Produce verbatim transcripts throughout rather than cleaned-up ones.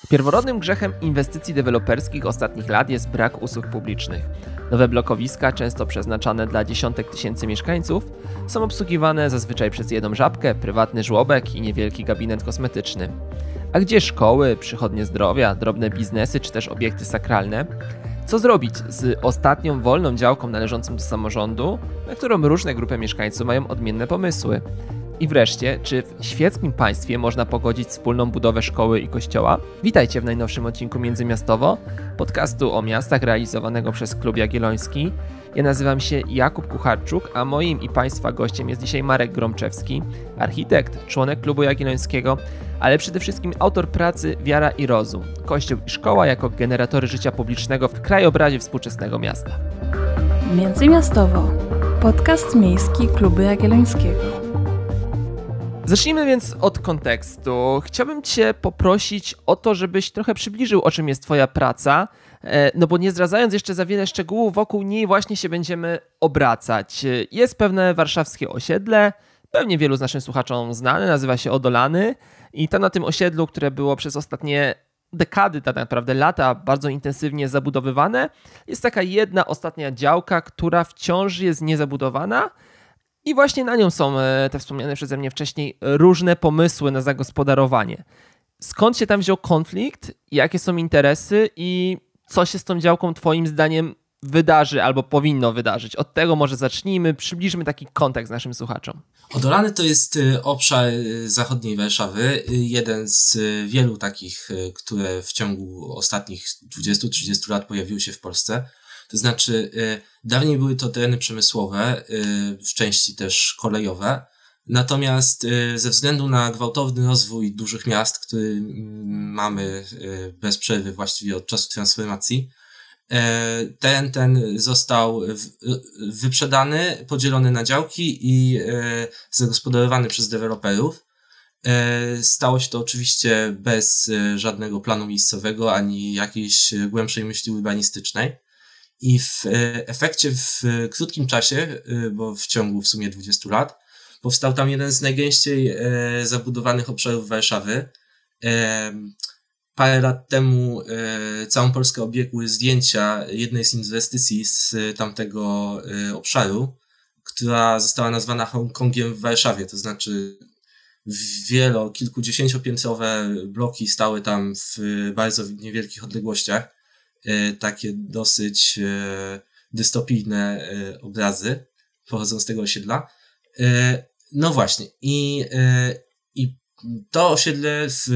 Pierworodnym grzechem inwestycji deweloperskich ostatnich lat jest brak usług publicznych. Nowe blokowiska, często przeznaczane dla dziesiątek tysięcy mieszkańców, są obsługiwane zazwyczaj przez jedną żabkę, prywatny żłobek i niewielki gabinet kosmetyczny. A gdzie szkoły, przychodnie zdrowia, drobne biznesy czy też obiekty sakralne? Co zrobić z ostatnią wolną działką należącą do samorządu, na którą różne grupy mieszkańców mają odmienne pomysły? I wreszcie, czy w świeckim państwie można pogodzić wspólną budowę szkoły i kościoła? Witajcie w najnowszym odcinku Międzymiastowo, podcastu o miastach realizowanego przez Klub Jagielloński. Ja nazywam się Jakub Kucharczuk, a moim i Państwa gościem jest dzisiaj Marek Gromczewski, architekt, członek Klubu Jagiellońskiego, ale przede wszystkim autor pracy Wiara i Rozum. Kościół i szkoła jako generatory życia publicznego w krajobrazie współczesnego miasta. Międzymiastowo. Podcast miejski Klubu Jagiellońskiego. Zacznijmy więc od kontekstu. Chciałbym Cię poprosić o to, żebyś trochę przybliżył, o czym jest Twoja praca, no bo nie zdradzając jeszcze za wiele szczegółów, wokół niej właśnie się będziemy obracać. Jest pewne warszawskie osiedle, pewnie wielu z naszym słuchaczom znane, nazywa się Odolany i tam na tym osiedlu, które było przez ostatnie dekady, tak naprawdę lata, bardzo intensywnie zabudowywane, jest taka jedna ostatnia działka, która wciąż jest niezabudowana. I właśnie na nią są te wspomniane przeze mnie wcześniej różne pomysły na zagospodarowanie. Skąd się tam wziął konflikt, jakie są interesy i co się z tą działką Twoim zdaniem wydarzy albo powinno wydarzyć? Od tego może zacznijmy, przybliżmy taki kontekst naszym słuchaczom. Odolany to jest obszar zachodniej Warszawy, jeden z wielu takich, które w ciągu ostatnich dwudziestu trzydziestu lat pojawiły się w Polsce. To znaczy, y, dawniej były to tereny przemysłowe, y, w części też kolejowe, natomiast y, ze względu na gwałtowny rozwój dużych miast, który y, mamy y, bez przerwy właściwie od czasu transformacji, y, teren ten został w, y, wyprzedany, podzielony na działki i y, zagospodarowany przez deweloperów. Y, stało się to oczywiście bez y, żadnego planu miejscowego ani jakiejś głębszej myśli urbanistycznej. I w efekcie w krótkim czasie, bo w ciągu w sumie dwudziestu lat, powstał tam jeden z najgęściej zabudowanych obszarów Warszawy. Parę lat temu całą Polskę obiegły zdjęcia jednej z inwestycji z tamtego obszaru, która została nazwana Hongkongiem w Warszawie. To znaczy wielo, kilkudziesięciopiętrowe bloki stały tam w bardzo niewielkich odległościach. Takie dosyć dystopijne obrazy pochodzą z tego osiedla. No właśnie. I, i to osiedle w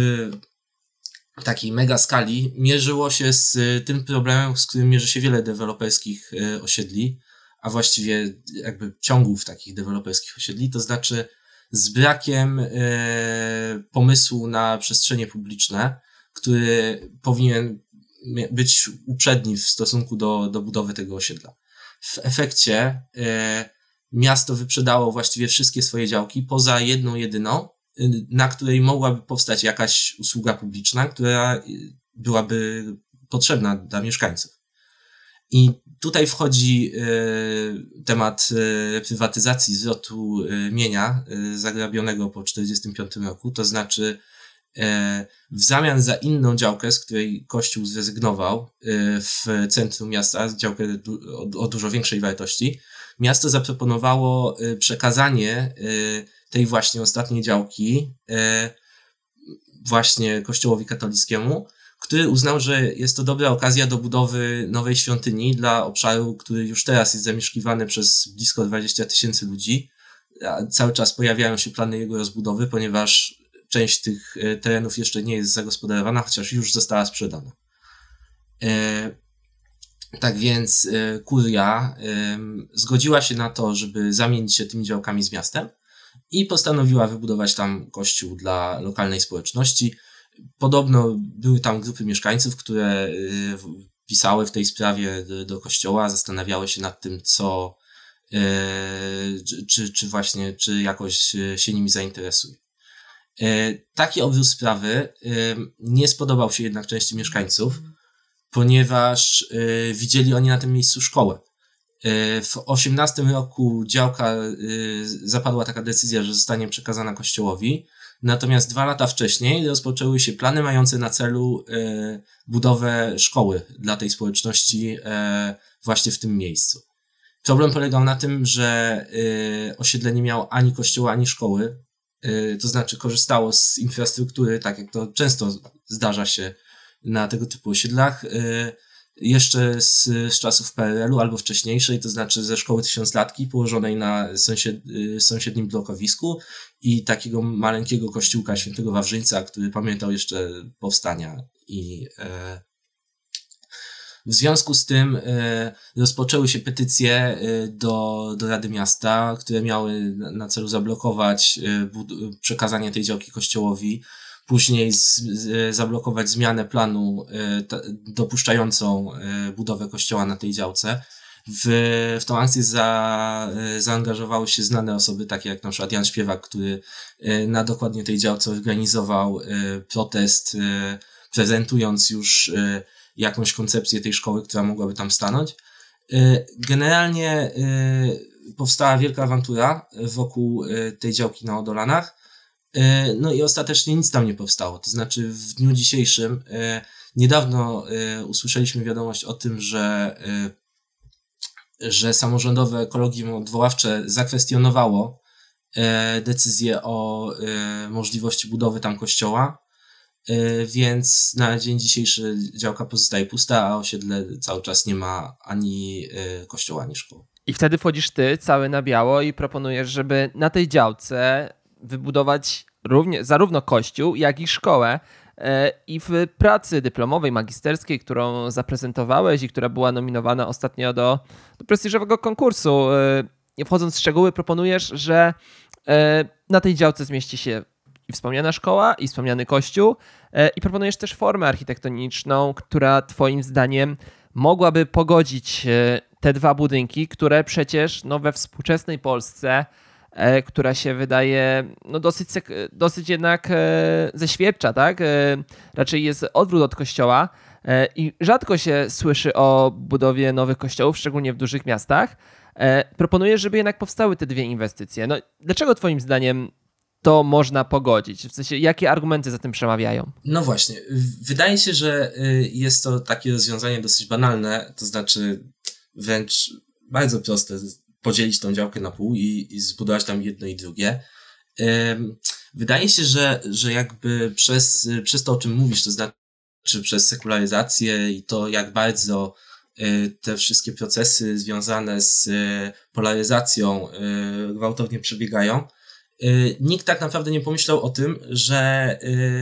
takiej mega skali mierzyło się z tym problemem, z którym mierzy się wiele deweloperskich osiedli, a właściwie jakby ciągów takich deweloperskich osiedli, to znaczy z brakiem pomysłu na przestrzenie publiczne, który powinien być uprzedni w stosunku do, do budowy tego osiedla. W efekcie e, miasto wyprzedało właściwie wszystkie swoje działki, poza jedną jedyną, na której mogłaby powstać jakaś usługa publiczna, która byłaby potrzebna dla mieszkańców. I tutaj wchodzi e, temat e, prywatyzacji, zwrotu e, mienia e, zagrabionego po tysiąc dziewięćset czterdziestym piątym roku, to znaczy w zamian za inną działkę, z której Kościół zrezygnował w centrum miasta, działkę o dużo większej wartości, miasto zaproponowało przekazanie tej właśnie ostatniej działki właśnie Kościołowi katolickiemu, który uznał, że jest to dobra okazja do budowy nowej świątyni dla obszaru, który już teraz jest zamieszkiwany przez blisko dwadzieścia tysięcy ludzi. A cały czas pojawiają się plany jego rozbudowy, ponieważ część tych terenów jeszcze nie jest zagospodarowana, chociaż już została sprzedana. E, tak więc e, kuria e, zgodziła się na to, żeby zamienić się tymi działkami z miastem i postanowiła wybudować tam kościół dla lokalnej społeczności. Podobno były tam grupy mieszkańców, które e, pisały w tej sprawie do, do kościoła, zastanawiały się nad tym, co e, czy, czy właśnie, czy jakoś się nimi zainteresuje. Taki obrót sprawy nie spodobał się jednak części mieszkańców, ponieważ widzieli oni na tym miejscu szkołę. W osiemnastym roku działka zapadła taka decyzja, że zostanie przekazana Kościołowi. Natomiast dwa lata wcześniej rozpoczęły się plany mające na celu e, budowę szkoły dla tej społeczności e, właśnie w tym miejscu. Problem polegał na tym, że e, osiedle nie miało ani kościoła, ani szkoły, e, to znaczy korzystało z infrastruktury, tak jak to często zdarza się na tego typu osiedlach, e, jeszcze z, z czasów P R L u albo wcześniejszej, to znaczy ze szkoły tysiąclatki położonej na sąsied, sąsiednim blokowisku i takiego maleńkiego kościółka świętego Wawrzyńca, który pamiętał jeszcze powstania. I e, w związku z tym e, rozpoczęły się petycje e, do, do Rady Miasta, które miały na, na celu zablokować e, bud- przekazanie tej działki kościołowi, później z, z, zablokować zmianę planu y, t, dopuszczającą y, budowę kościoła na tej działce. W, w tą akcję za, y, zaangażowały się znane osoby, takie jak na przykład Jan Śpiewak, który y, na dokładnie tej działce organizował y, protest, y, prezentując już y, jakąś koncepcję tej szkoły, która mogłaby tam stanąć. Y, generalnie y, powstała wielka awantura wokół y, tej działki na Odolanach. No i ostatecznie nic tam nie powstało. To znaczy w dniu dzisiejszym e, niedawno e, usłyszeliśmy wiadomość o tym, że, e, że samorządowe kolegium odwoławcze zakwestionowało e, decyzję o e, możliwości budowy tam kościoła, e, więc na dzień dzisiejszy działka pozostaje pusta, a osiedle cały czas nie ma ani e, kościoła, ani szkoły. I wtedy wchodzisz ty cały na biało i proponujesz, żeby na tej działce wybudować równie, zarówno kościół, jak i szkołę. I w pracy dyplomowej, magisterskiej, którą zaprezentowałeś i która była nominowana ostatnio do, do prestiżowego konkursu, nie wchodząc w szczegóły, proponujesz, że na tej działce zmieści się i wspomniana szkoła, i wspomniany kościół, i proponujesz też formę architektoniczną, która twoim zdaniem mogłaby pogodzić te dwa budynki, które przecież no, we współczesnej Polsce, która się wydaje no dosyć, dosyć jednak zeświadcza, tak? Raczej jest odwrót od kościoła i rzadko się słyszy o budowie nowych kościołów, szczególnie w dużych miastach. Proponuję, żeby jednak powstały te dwie inwestycje. No, dlaczego twoim zdaniem to można pogodzić? W sensie, jakie argumenty za tym przemawiają? No właśnie. Wydaje się, że jest to takie rozwiązanie dosyć banalne, to znaczy wręcz bardzo proste. Podzielić tą działkę na pół i, i zbudować tam jedno i drugie. Wydaje się, że, że jakby przez, przez to, o czym mówisz, to znaczy przez sekularyzację i to, jak bardzo te wszystkie procesy związane z polaryzacją gwałtownie przebiegają, nikt tak naprawdę nie pomyślał o tym, że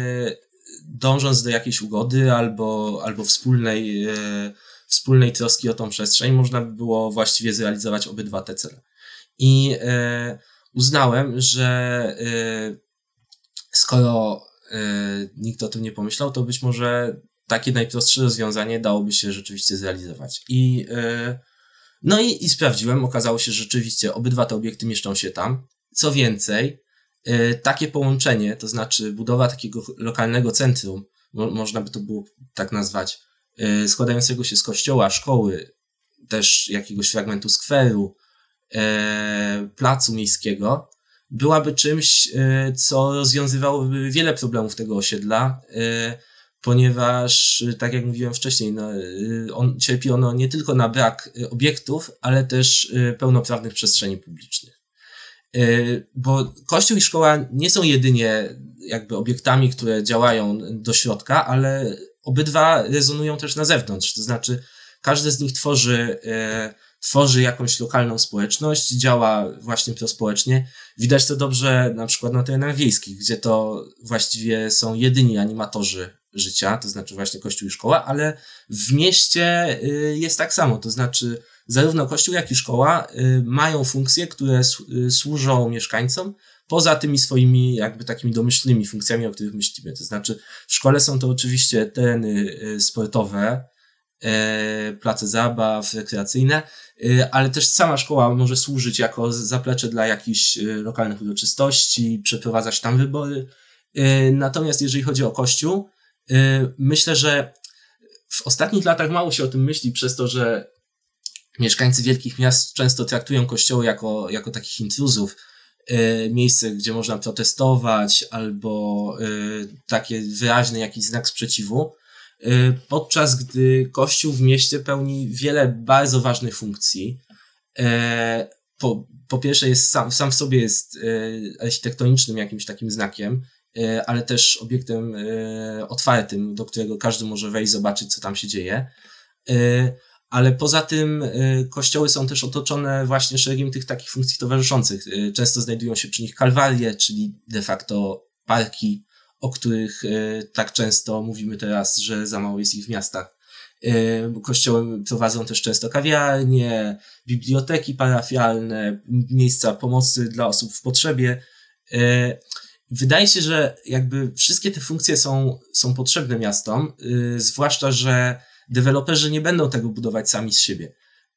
dążąc do jakiejś ugody albo, albo wspólnej wspólnej troski o tą przestrzeń, można by było właściwie zrealizować obydwa te cele. I e, uznałem, że e, skoro e, nikt o tym nie pomyślał, to być może takie najprostsze rozwiązanie dałoby się rzeczywiście zrealizować. I, e, no i, i sprawdziłem, okazało się, że rzeczywiście obydwa te obiekty mieszczą się tam. Co więcej, e, takie połączenie, to znaczy budowa takiego lokalnego centrum, mo, można by to było tak nazwać, składającego się z kościoła, szkoły, też jakiegoś fragmentu skweru, e, placu miejskiego, byłaby czymś, e, co rozwiązywałoby wiele problemów tego osiedla, e, ponieważ, tak jak mówiłem wcześniej, no, on, cierpi ono nie tylko na brak obiektów, ale też pełnoprawnych przestrzeni publicznych. E, bo kościół i szkoła nie są jedynie jakby obiektami, które działają do środka, ale obydwa rezonują też na zewnątrz, to znaczy każdy z nich tworzy, e, tworzy jakąś lokalną społeczność, działa właśnie prospołecznie. Widać to dobrze na przykład na terenach wiejskich, gdzie to właściwie są jedyni animatorzy życia, to znaczy właśnie kościół i szkoła, ale w mieście y, jest tak samo, to znaczy zarówno kościół, jak i szkoła y, mają funkcje, które s- y, służą mieszkańcom, poza tymi swoimi jakby takimi domyślnymi funkcjami, o których myślimy. To znaczy w szkole są to oczywiście tereny sportowe, place zabaw, rekreacyjne, ale też sama szkoła może służyć jako zaplecze dla jakichś lokalnych uroczystości, przeprowadzać tam wybory. Natomiast jeżeli chodzi o kościół, myślę, że w ostatnich latach mało się o tym myśli przez to, że mieszkańcy wielkich miast często traktują kościoły jako, jako takich intruzów, miejsce, gdzie można protestować, albo takie wyraźny jakiś znak sprzeciwu, podczas gdy Kościół w mieście pełni wiele bardzo ważnych funkcji. Po, po pierwsze jest sam, sam w sobie jest architektonicznym jakimś takim znakiem, ale też obiektem otwartym, do którego każdy może wejść, zobaczyć, co tam się dzieje. Ale poza tym kościoły są też otoczone właśnie szeregiem tych takich funkcji towarzyszących. Często znajdują się przy nich kalwarie, czyli de facto parki, o których tak często mówimy teraz, że za mało jest ich w miastach. Kościoły prowadzą też często kawiarnie, biblioteki parafialne, miejsca pomocy dla osób w potrzebie. Wydaje się, że jakby wszystkie te funkcje są, są potrzebne miastom, zwłaszcza, że deweloperzy nie będą tego budować sami z siebie,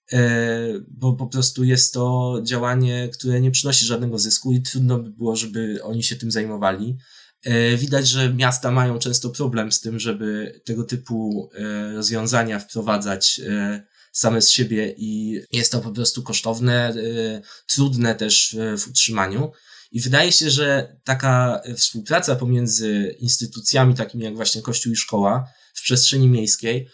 bo po prostu jest to działanie, które nie przynosi żadnego zysku i trudno by było, żeby oni się tym zajmowali. Widać, że miasta mają często problem z tym, żeby tego typu rozwiązania wprowadzać same z siebie i jest to po prostu kosztowne, trudne też w utrzymaniu. I wydaje się, że taka współpraca pomiędzy instytucjami takimi jak właśnie Kościół i szkoła w przestrzeni miejskiej,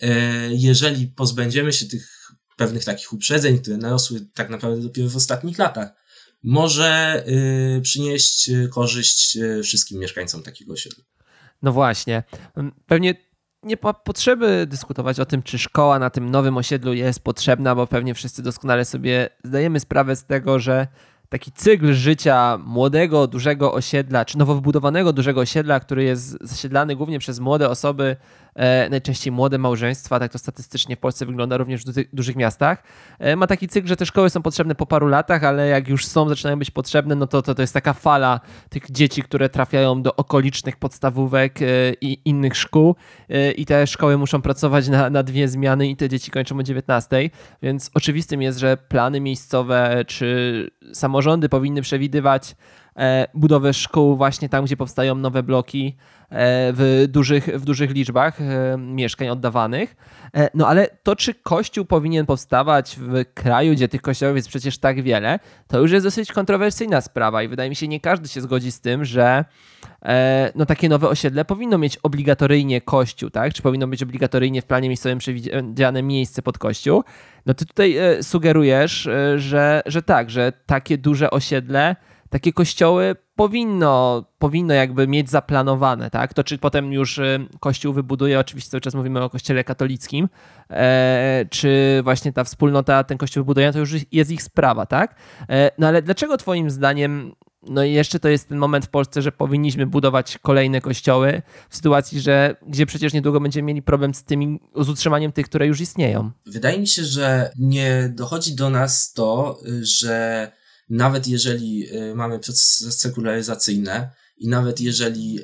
jeżeli pozbędziemy się tych pewnych takich uprzedzeń, które narosły tak naprawdę dopiero w ostatnich latach, może y, przynieść korzyść wszystkim mieszkańcom takiego osiedla. No właśnie. Pewnie nie ma potrzeby dyskutować o tym, czy szkoła na tym nowym osiedlu jest potrzebna, bo pewnie wszyscy doskonale sobie zdajemy sprawę z tego, że taki cykl życia młodego, dużego osiedla, czy nowo wybudowanego dużego osiedla, który jest zasiedlany głównie przez młode osoby, e, najczęściej młode małżeństwa, tak to statystycznie w Polsce wygląda również w du- dużych miastach, e, ma taki cykl, że te szkoły są potrzebne po paru latach, ale jak już są, zaczynają być potrzebne, no to to, to jest taka fala tych dzieci, które trafiają do okolicznych podstawówek e, i innych szkół e, i te szkoły muszą pracować na, na dwie zmiany i te dzieci kończą o dziewiętnastej, więc oczywistym jest, że plany miejscowe czy samorządy powinny przewidywać e, budowę szkół właśnie tam, gdzie powstają nowe bloki e, w, dużych, w dużych liczbach e, mieszkań oddawanych. E, no ale to, czy kościół powinien powstawać w kraju, gdzie tych kościołów jest przecież tak wiele, to już jest dosyć kontrowersyjna sprawa i wydaje mi się, nie każdy się zgodzi z tym, że e, no, takie nowe osiedle powinno mieć obligatoryjnie kościół, tak? Czy powinno być obligatoryjnie w planie miejscowym przewidziane miejsce pod kościół. No ty tutaj e, sugerujesz, e, że, że tak, że takie duże osiedle, takie kościoły powinno, powinno jakby mieć zaplanowane, tak? To czy potem już e, kościół wybuduje, oczywiście cały czas mówimy o kościele katolickim, e, czy właśnie ta wspólnota ten kościół wybuduje, to już jest ich sprawa, tak? E, no ale dlaczego twoim zdaniem no i jeszcze to jest ten moment w Polsce, że powinniśmy budować kolejne kościoły w sytuacji, że gdzie przecież niedługo będziemy mieli problem z tymi, z utrzymaniem tych, które już istnieją. Wydaje mi się, że nie dochodzi do nas to, że nawet jeżeli mamy procesy sekularyzacyjne i nawet jeżeli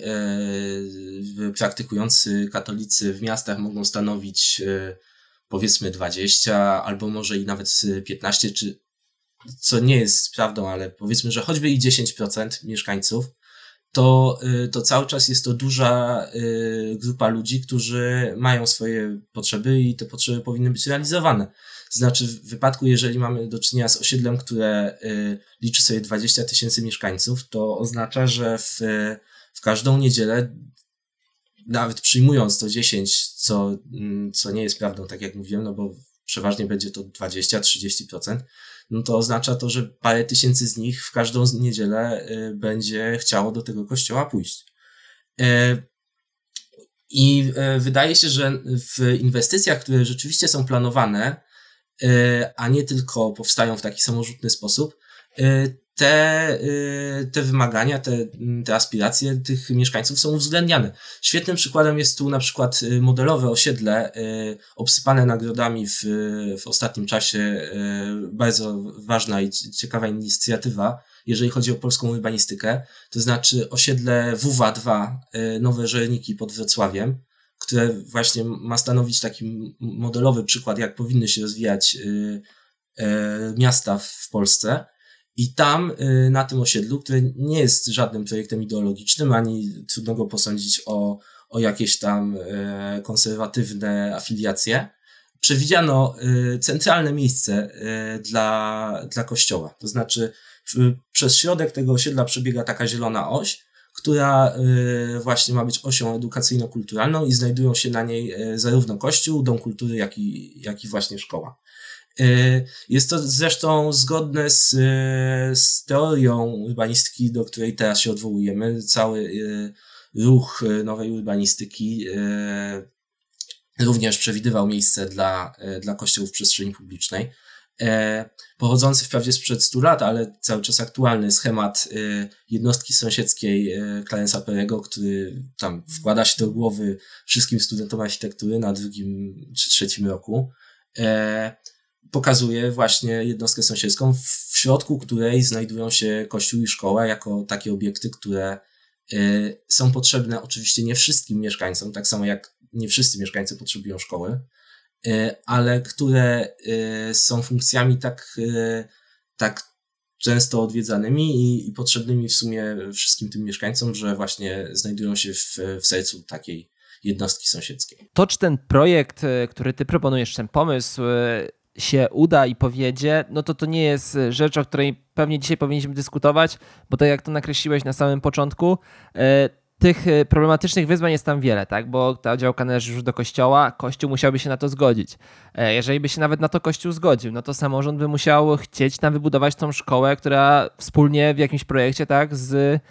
praktykujący katolicy w miastach mogą stanowić powiedzmy dwadzieścia albo może i nawet piętnaście czy co nie jest prawdą, ale powiedzmy, że choćby i dziesięć procent mieszkańców, to, to cały czas jest to duża grupa ludzi, którzy mają swoje potrzeby i te potrzeby powinny być realizowane. Znaczy w wypadku, jeżeli mamy do czynienia z osiedlem, które liczy sobie dwadzieścia tysięcy mieszkańców, to oznacza, że w, w każdą niedzielę, nawet przyjmując to dziesięć, co, co nie jest prawdą, tak jak mówiłem, no bo przeważnie będzie to dwadzieścia do trzydziestu procent, no to oznacza to, że parę tysięcy z nich w każdą niedzielę y, będzie chciało do tego kościoła pójść. Y, I y, wydaje się, że w inwestycjach, które rzeczywiście są planowane, y, a nie tylko powstają w taki samorzutny sposób, y, te, y, te wymagania, te, te aspiracje tych mieszkańców są uwzględniane. Świetnym przykładem jest tu na przykład modelowe osiedle y, obsypane nagrodami w, w ostatnim czasie. Y, bardzo ważna i ciekawa inicjatywa, jeżeli chodzi o polską urbanistykę. To znaczy osiedle W W A dwa, y, Nowe Żerniki pod Wrocławiem, które właśnie ma stanowić taki modelowy przykład, jak powinny się rozwijać y, y, miasta w Polsce. I tam na tym osiedlu, które nie jest żadnym projektem ideologicznym, ani trudno go posądzić o, o jakieś tam konserwatywne afiliacje, przewidziano centralne miejsce dla, dla kościoła. To znaczy Przez środek tego osiedla przebiega taka zielona oś, która właśnie ma być osią edukacyjno-kulturalną i znajdują się na niej zarówno kościół, dom kultury, jak i, jak i właśnie szkoła. Jest to zresztą zgodne z, z teorią urbanistyki, do której teraz się odwołujemy. Cały ruch nowej urbanistyki również przewidywał miejsce dla, dla kościołów w przestrzeni publicznej. Pochodzący wprawdzie sprzed stu lat, ale cały czas aktualny schemat jednostki sąsiedzkiej Clarence'a Perego, który tam wkłada się do głowy wszystkim studentom architektury na drugim czy trzecim roku, pokazuje właśnie jednostkę sąsiedzką, w środku której znajdują się kościół i szkoła jako takie obiekty, które są potrzebne oczywiście nie wszystkim mieszkańcom, tak samo jak nie wszyscy mieszkańcy potrzebują szkoły, ale które są funkcjami tak, tak często odwiedzanymi i, i potrzebnymi w sumie wszystkim tym mieszkańcom, że właśnie znajdują się w, w sercu takiej jednostki sąsiedzkiej. To, czy ten projekt, który ty proponujesz, ten pomysł się uda i powiedzie, no to to nie jest rzecz, o której pewnie dzisiaj powinniśmy dyskutować, bo tak jak to nakreśliłeś na samym początku, tych problematycznych wyzwań jest tam wiele, tak? Bo ta działka należy już do kościoła, kościół musiałby się na to zgodzić. Jeżeli by się nawet na to kościół zgodził, no to samorząd by musiał chcieć tam wybudować tą szkołę, która wspólnie w jakimś projekcie, tak, z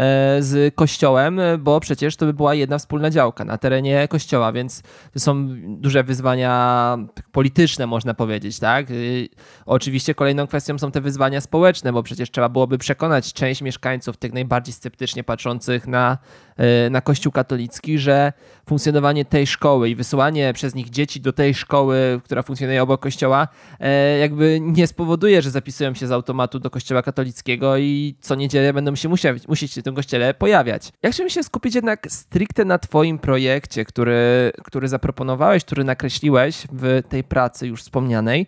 z kościołem, bo przecież to by była jedna wspólna działka na terenie kościoła, więc to są duże wyzwania polityczne, można powiedzieć, tak? Oczywiście kolejną kwestią są te wyzwania społeczne, bo przecież trzeba byłoby przekonać część mieszkańców, tych najbardziej sceptycznie patrzących na, na Kościół katolicki, że funkcjonowanie tej szkoły i wysyłanie przez nich dzieci do tej szkoły, która funkcjonuje obok kościoła, jakby nie spowoduje, że zapisują się z automatu do Kościoła katolickiego i co niedzielę będą się musieć, musieć w tym kościele pojawiać. Ja chciałbym się skupić jednak stricte na twoim projekcie, który, który zaproponowałeś, który nakreśliłeś w tej pracy już wspomnianej.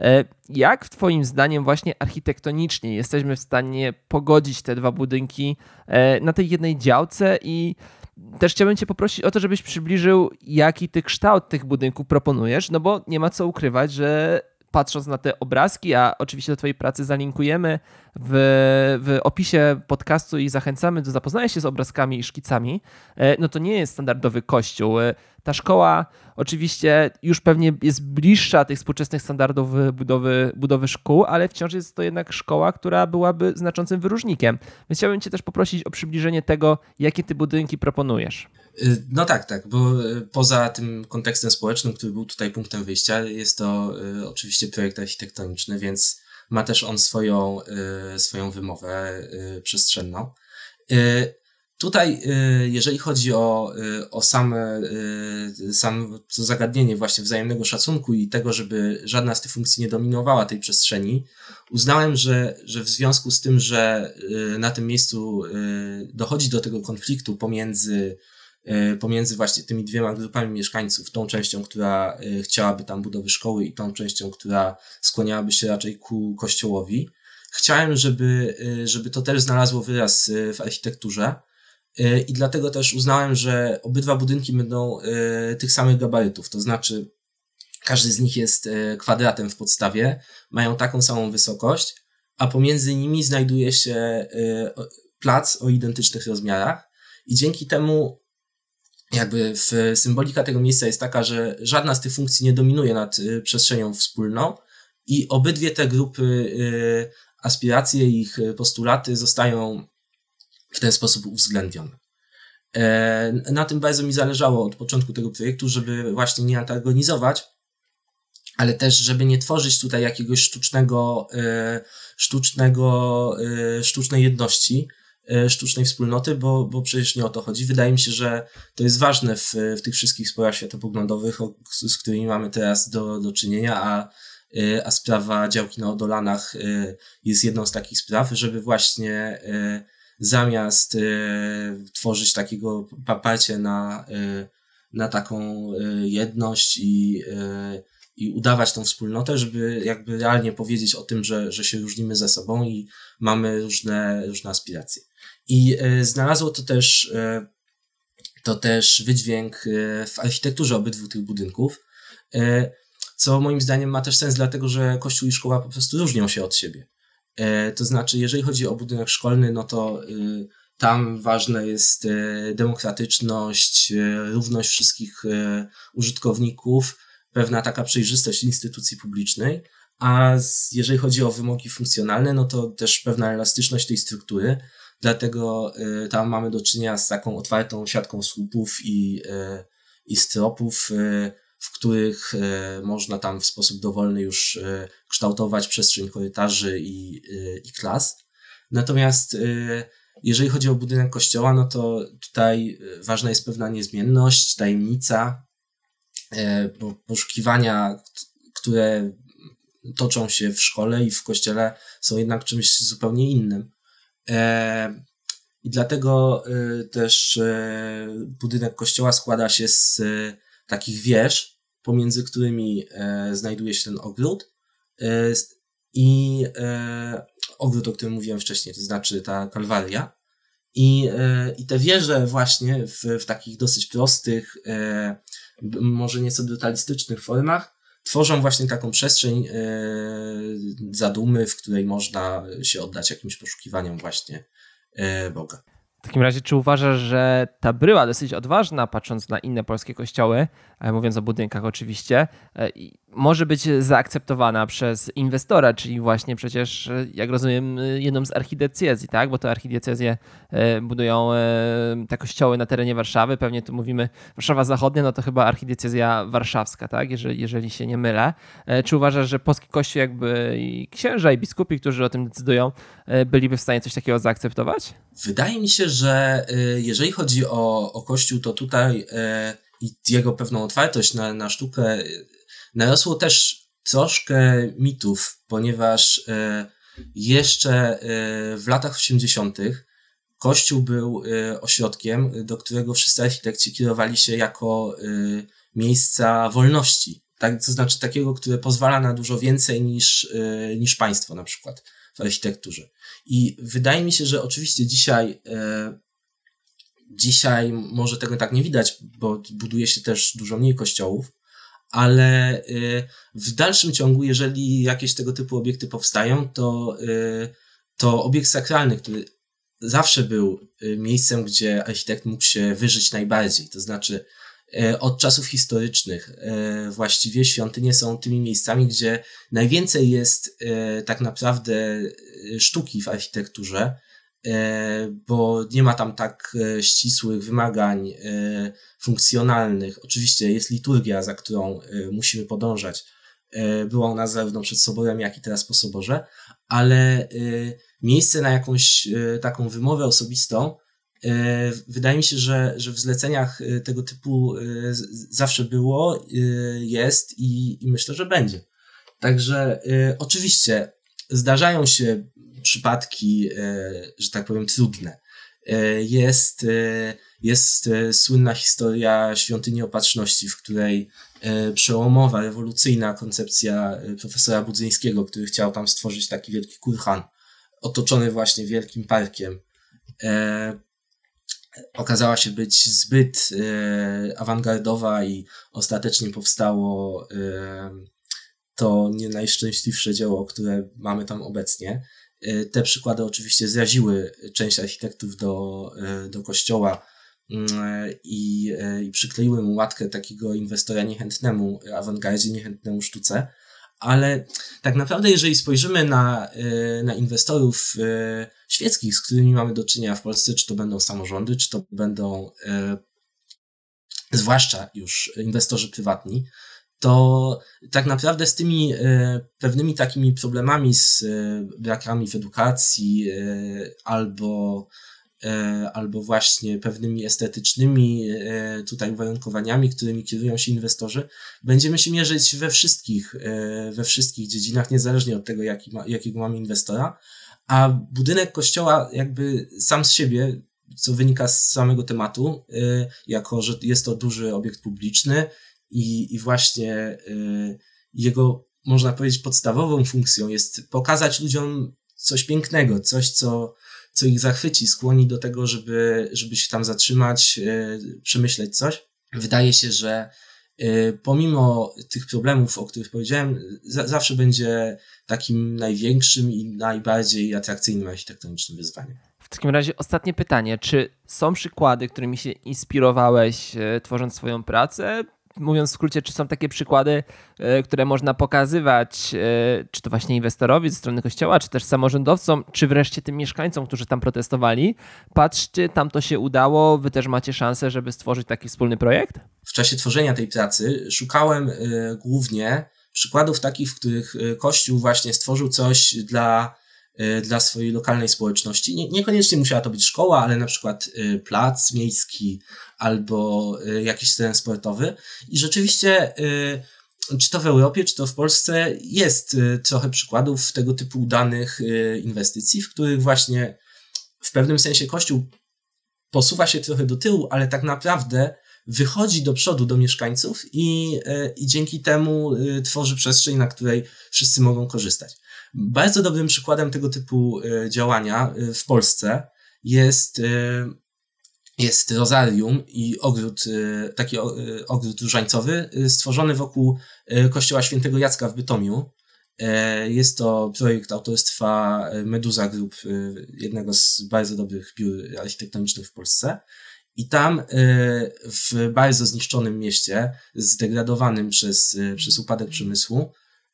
Jak w twoim zdaniem właśnie architektonicznie jesteśmy w stanie pogodzić te dwa budynki na tej jednej działce i też chciałbym cię poprosić o to, żebyś przybliżył, jaki ty kształt tych budynków proponujesz, no bo nie ma co ukrywać, że patrząc na te obrazki, a oczywiście do twojej pracy zalinkujemy w, w opisie podcastu i zachęcamy do zapoznania się z obrazkami i szkicami, no to nie jest standardowy kościół. Ta szkoła oczywiście już pewnie jest bliższa tych współczesnych standardów budowy, budowy szkół, ale wciąż jest to jednak szkoła, która byłaby znaczącym wyróżnikiem. Więc chciałbym cię też poprosić o przybliżenie tego, jakie ty budynki proponujesz. No tak, tak, bo poza tym kontekstem społecznym, który był tutaj punktem wyjścia, jest to y, oczywiście projekt architektoniczny, więc ma też on swoją, y, swoją wymowę y, przestrzenną. Y, tutaj, y, jeżeli chodzi o, y, o same, y, same to zagadnienie właśnie wzajemnego szacunku i tego, żeby żadna z tych funkcji nie dominowała tej przestrzeni, uznałem, że, że w związku z tym, że y, na tym miejscu y, dochodzi do tego konfliktu pomiędzy pomiędzy właśnie tymi dwiema grupami mieszkańców, tą częścią, która chciałaby tam budowy szkoły i tą częścią, która skłaniałaby się raczej ku kościołowi. Chciałem, żeby, żeby to też znalazło wyraz w architekturze i dlatego też uznałem, że obydwa budynki będą tych samych gabarytów, to znaczy każdy z nich jest kwadratem w podstawie, mają taką samą wysokość, a pomiędzy nimi znajduje się plac o identycznych rozmiarach i dzięki temu jakby w symbolika tego miejsca jest taka, że żadna z tych funkcji nie dominuje nad y, przestrzenią wspólną i obydwie te grupy y, aspiracje i ich postulaty zostają w ten sposób uwzględnione. E, na tym bardzo mi zależało od początku tego projektu, żeby właśnie nie antagonizować, ale też żeby nie tworzyć tutaj jakiegoś sztucznego, y, sztucznego, y, sztucznej jedności, sztucznej wspólnoty, bo, bo przecież nie o to chodzi. Wydaje mi się, że to jest ważne w, w tych wszystkich sporach światopoglądowych, z którymi mamy teraz do, do czynienia, a, a sprawa działki na Odolanach jest jedną z takich spraw, żeby właśnie zamiast tworzyć takiego parcie na, na taką jedność i, i udawać tą wspólnotę, żeby jakby realnie powiedzieć o tym, że, że się różnimy ze sobą i mamy różne, różne aspiracje. I y, znalazło to też, y, to też wydźwięk y, w architekturze obydwu tych budynków, y, co moim zdaniem ma też sens, dlatego że kościół i szkoła po prostu różnią się od siebie. To znaczy, jeżeli chodzi o budynek szkolny, no to tam ważna jest demokratyczność, równość wszystkich użytkowników, pewna taka przejrzystość instytucji publicznej, a jeżeli chodzi o wymogi funkcjonalne, no to też pewna elastyczność tej struktury, dlatego tam mamy do czynienia z taką otwartą siatką słupów i, i stropów, w których można tam w sposób dowolny już kształtować przestrzeń korytarzy i, i klas. Natomiast jeżeli chodzi o budynek kościoła, no to tutaj ważna jest pewna niezmienność, tajemnica, bo poszukiwania, które toczą się w szkole i w kościele, są jednak czymś zupełnie innym. I dlatego też budynek kościoła składa się z takich wież, pomiędzy którymi znajduje się ten ogród i ogród, o którym mówiłem wcześniej, to znaczy ta kalwaria. I, i te wieże właśnie w, w takich dosyć prostych, może nieco brutalistycznych formach tworzą właśnie taką przestrzeń zadumy, w której można się oddać jakimś poszukiwaniom właśnie Boga. W takim razie, czy uważasz, że ta bryła dosyć odważna, patrząc na inne polskie kościoły, mówiąc o budynkach oczywiście, może być zaakceptowana przez inwestora, czyli właśnie przecież, jak rozumiem, jedną z archidiecezji, tak? Bo to archidiecezje budują te kościoły na terenie Warszawy, pewnie tu mówimy Warszawa Zachodnia, no to chyba archidiecezja warszawska, tak? Jeżeli, jeżeli się nie mylę. Czy uważasz, że polski kościół jakby i księża i biskupi, którzy o tym decydują, byliby w stanie coś takiego zaakceptować? Wydaje mi się, że jeżeli chodzi o, o Kościół, to tutaj i jego pewną otwartość na, na sztukę narosło też troszkę mitów, ponieważ jeszcze w latach osiemdziesiątych Kościół był ośrodkiem, do którego wszyscy architekci kierowali się jako miejsca wolności. Tak, to znaczy takiego, które pozwala na dużo więcej niż, niż państwo na przykład w architekturze. I wydaje mi się, że oczywiście dzisiaj e, dzisiaj może tego tak nie widać, bo buduje się też dużo mniej kościołów, ale e, w dalszym ciągu, jeżeli jakieś tego typu obiekty powstają, to, e, to obiekt sakralny, który zawsze był miejscem, gdzie architekt mógł się wyżyć najbardziej, to znaczy od czasów historycznych właściwie świątynie są tymi miejscami, gdzie najwięcej jest tak naprawdę sztuki w architekturze, bo nie ma tam tak ścisłych wymagań funkcjonalnych. Oczywiście jest liturgia, za którą musimy podążać. Była ona zarówno przed soborem, jak i teraz po soborze, ale miejsce na jakąś taką wymowę osobistą wydaje mi się, że, że w zleceniach tego typu zawsze było, jest i, i myślę, że będzie. Także oczywiście zdarzają się przypadki, że tak powiem, trudne. Jest, jest słynna historia Świątyni Opatrzności, w której przełomowa, rewolucyjna koncepcja profesora Budzyńskiego, który chciał tam stworzyć taki wielki kurhan, otoczony właśnie wielkim parkiem, okazała się być zbyt e, awangardowa i ostatecznie powstało e, to nie najszczęśliwsze dzieło, które mamy tam obecnie. E, te przykłady oczywiście zraziły część architektów do, e, do kościoła e, i, e, i przykleiły mu łatkę takiego inwestora niechętnemu awangardzie, niechętnemu sztuce. Ale tak naprawdę, jeżeli spojrzymy na, na inwestorów świeckich, z którymi mamy do czynienia w Polsce, czy to będą samorządy, czy to będą e, zwłaszcza już inwestorzy prywatni, to tak naprawdę z tymi e, pewnymi takimi problemami, z e, brakami w edukacji e, albo albo właśnie pewnymi estetycznymi tutaj uwarunkowaniami, którymi kierują się inwestorzy, będziemy się mierzyć we wszystkich, we wszystkich dziedzinach, niezależnie od tego, jaki ma, jakiego mamy inwestora, a budynek kościoła jakby sam z siebie, co wynika z samego tematu, jako że jest to duży obiekt publiczny i, i właśnie jego, można powiedzieć, podstawową funkcją jest pokazać ludziom coś pięknego, coś, co co ich zachwyci, skłoni do tego, żeby, żeby się tam zatrzymać, yy, przemyśleć coś. Wydaje się, że pomimo tych problemów, o których powiedziałem, za, zawsze będzie takim największym i najbardziej atrakcyjnym architektonicznym wyzwaniem. W takim razie ostatnie pytanie. Czy są przykłady, którymi się inspirowałeś, tworząc swoją pracę? Mówiąc w skrócie, czy są takie przykłady, które można pokazywać, czy to właśnie inwestorowi ze strony kościoła, czy też samorządowcom, czy wreszcie tym mieszkańcom, którzy tam protestowali? Patrzcie, tam to się udało, wy też macie szansę, żeby stworzyć taki wspólny projekt? W czasie tworzenia tej pracy szukałem głównie przykładów takich, w których Kościół właśnie stworzył coś dla, dla swojej lokalnej społeczności. Nie, niekoniecznie musiała to być szkoła, ale na przykład plac miejski albo jakiś teren sportowy. I rzeczywiście, czy to w Europie, czy to w Polsce, jest trochę przykładów tego typu udanych inwestycji, w których właśnie w pewnym sensie Kościół posuwa się trochę do tyłu, ale tak naprawdę wychodzi do przodu do mieszkańców i, i dzięki temu tworzy przestrzeń, na której wszyscy mogą korzystać. Bardzo dobrym przykładem tego typu działania w Polsce jest, jest rozarium i ogród, taki ogród różańcowy stworzony wokół kościoła świętego Jacka w Bytomiu. Jest to projekt autorstwa Meduza Group, jednego z bardzo dobrych biur architektonicznych w Polsce. I tam w bardzo zniszczonym mieście, zdegradowanym przez, przez upadek przemysłu,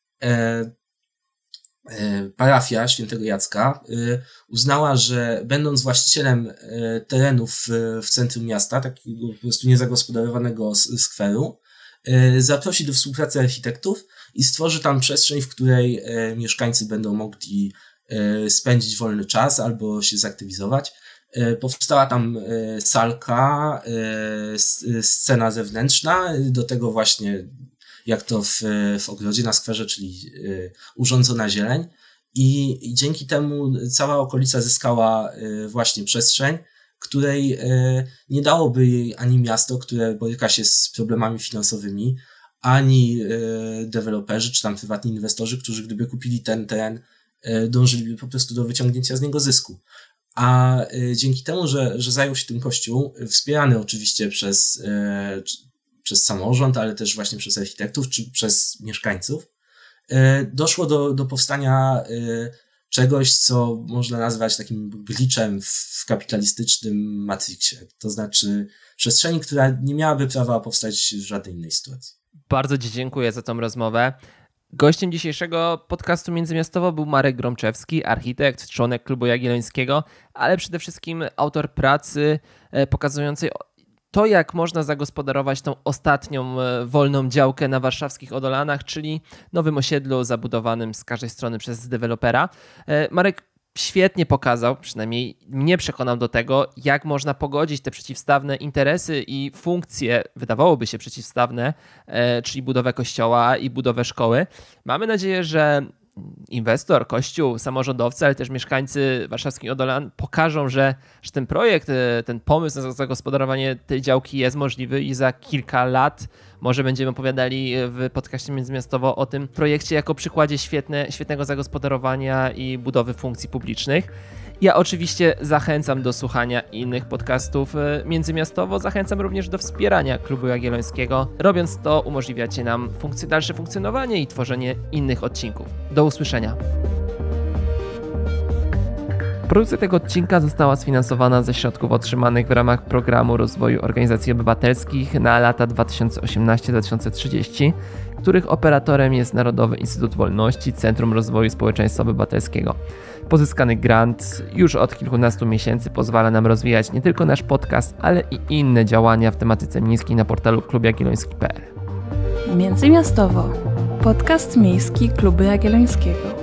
parafia świętego Jacka uznała, że będąc właścicielem terenów w centrum miasta, takiego po prostu niezagospodarowanego skweru, zaprosi do współpracy architektów i stworzy tam przestrzeń, w której mieszkańcy będą mogli spędzić wolny czas albo się zaktywizować. Powstała tam salka, scena zewnętrzna, do tego właśnie jak to w, w ogrodzie na skwerze, czyli urządzona zieleń i, i dzięki temu cała okolica zyskała właśnie przestrzeń, której nie dałoby jej ani miasto, które boryka się z problemami finansowymi, ani deweloperzy, czy tam prywatni inwestorzy, którzy gdyby kupili ten teren, dążyliby po prostu do wyciągnięcia z niego zysku. A dzięki temu, że, że zajął się tym Kościół, wspierany oczywiście przez, przez samorząd, ale też właśnie przez architektów czy przez mieszkańców, doszło do, do powstania czegoś, co można nazwać takim glitchem w kapitalistycznym matrixie. To znaczy przestrzeni, która nie miałaby prawa powstać w żadnej innej sytuacji. Bardzo Ci dziękuję za tą rozmowę. Gościem dzisiejszego podcastu Międzymiastowo był Marek Gromczewski, architekt, członek Klubu Jagiellońskiego, ale przede wszystkim autor pracy pokazującej to, jak można zagospodarować tą ostatnią wolną działkę na warszawskich Odolanach, czyli nowym osiedlu zabudowanym z każdej strony przez dewelopera. Marek świetnie pokazał, przynajmniej mnie przekonał do tego, jak można pogodzić te przeciwstawne interesy i funkcje, wydawałoby się przeciwstawne, czyli budowę kościoła i budowę szkoły. Mamy nadzieję, że inwestor, kościół, samorządowcy, ale też mieszkańcy warszawskich Odolan pokażą, że, że ten projekt, ten pomysł na zagospodarowanie tej działki jest możliwy i za kilka lat może będziemy opowiadali w podcaście Międzymiastowo o tym projekcie jako przykładzie świetne, świetnego zagospodarowania i budowy funkcji publicznych. Ja oczywiście zachęcam do słuchania innych podcastów Międzymiastowo, zachęcam również do wspierania Klubu Jagiellońskiego. Robiąc to umożliwiacie nam funkcje, dalsze funkcjonowanie i tworzenie innych odcinków. Do usłyszenia. Produkcja tego odcinka została sfinansowana ze środków otrzymanych w ramach Programu Rozwoju Organizacji Obywatelskich na lata dwa tysiące osiemnasty do dwa tysiące trzydziestego, których operatorem jest Narodowy Instytut Wolności, Centrum Rozwoju Społeczeństwa Obywatelskiego. Pozyskany grant już od kilkunastu miesięcy pozwala nam rozwijać nie tylko nasz podcast, ale i inne działania w tematyce miejskiej na portalu klub jagielloński kropka p l. Międzymiastowo. Podcast miejski Klubu Jagiellońskiego.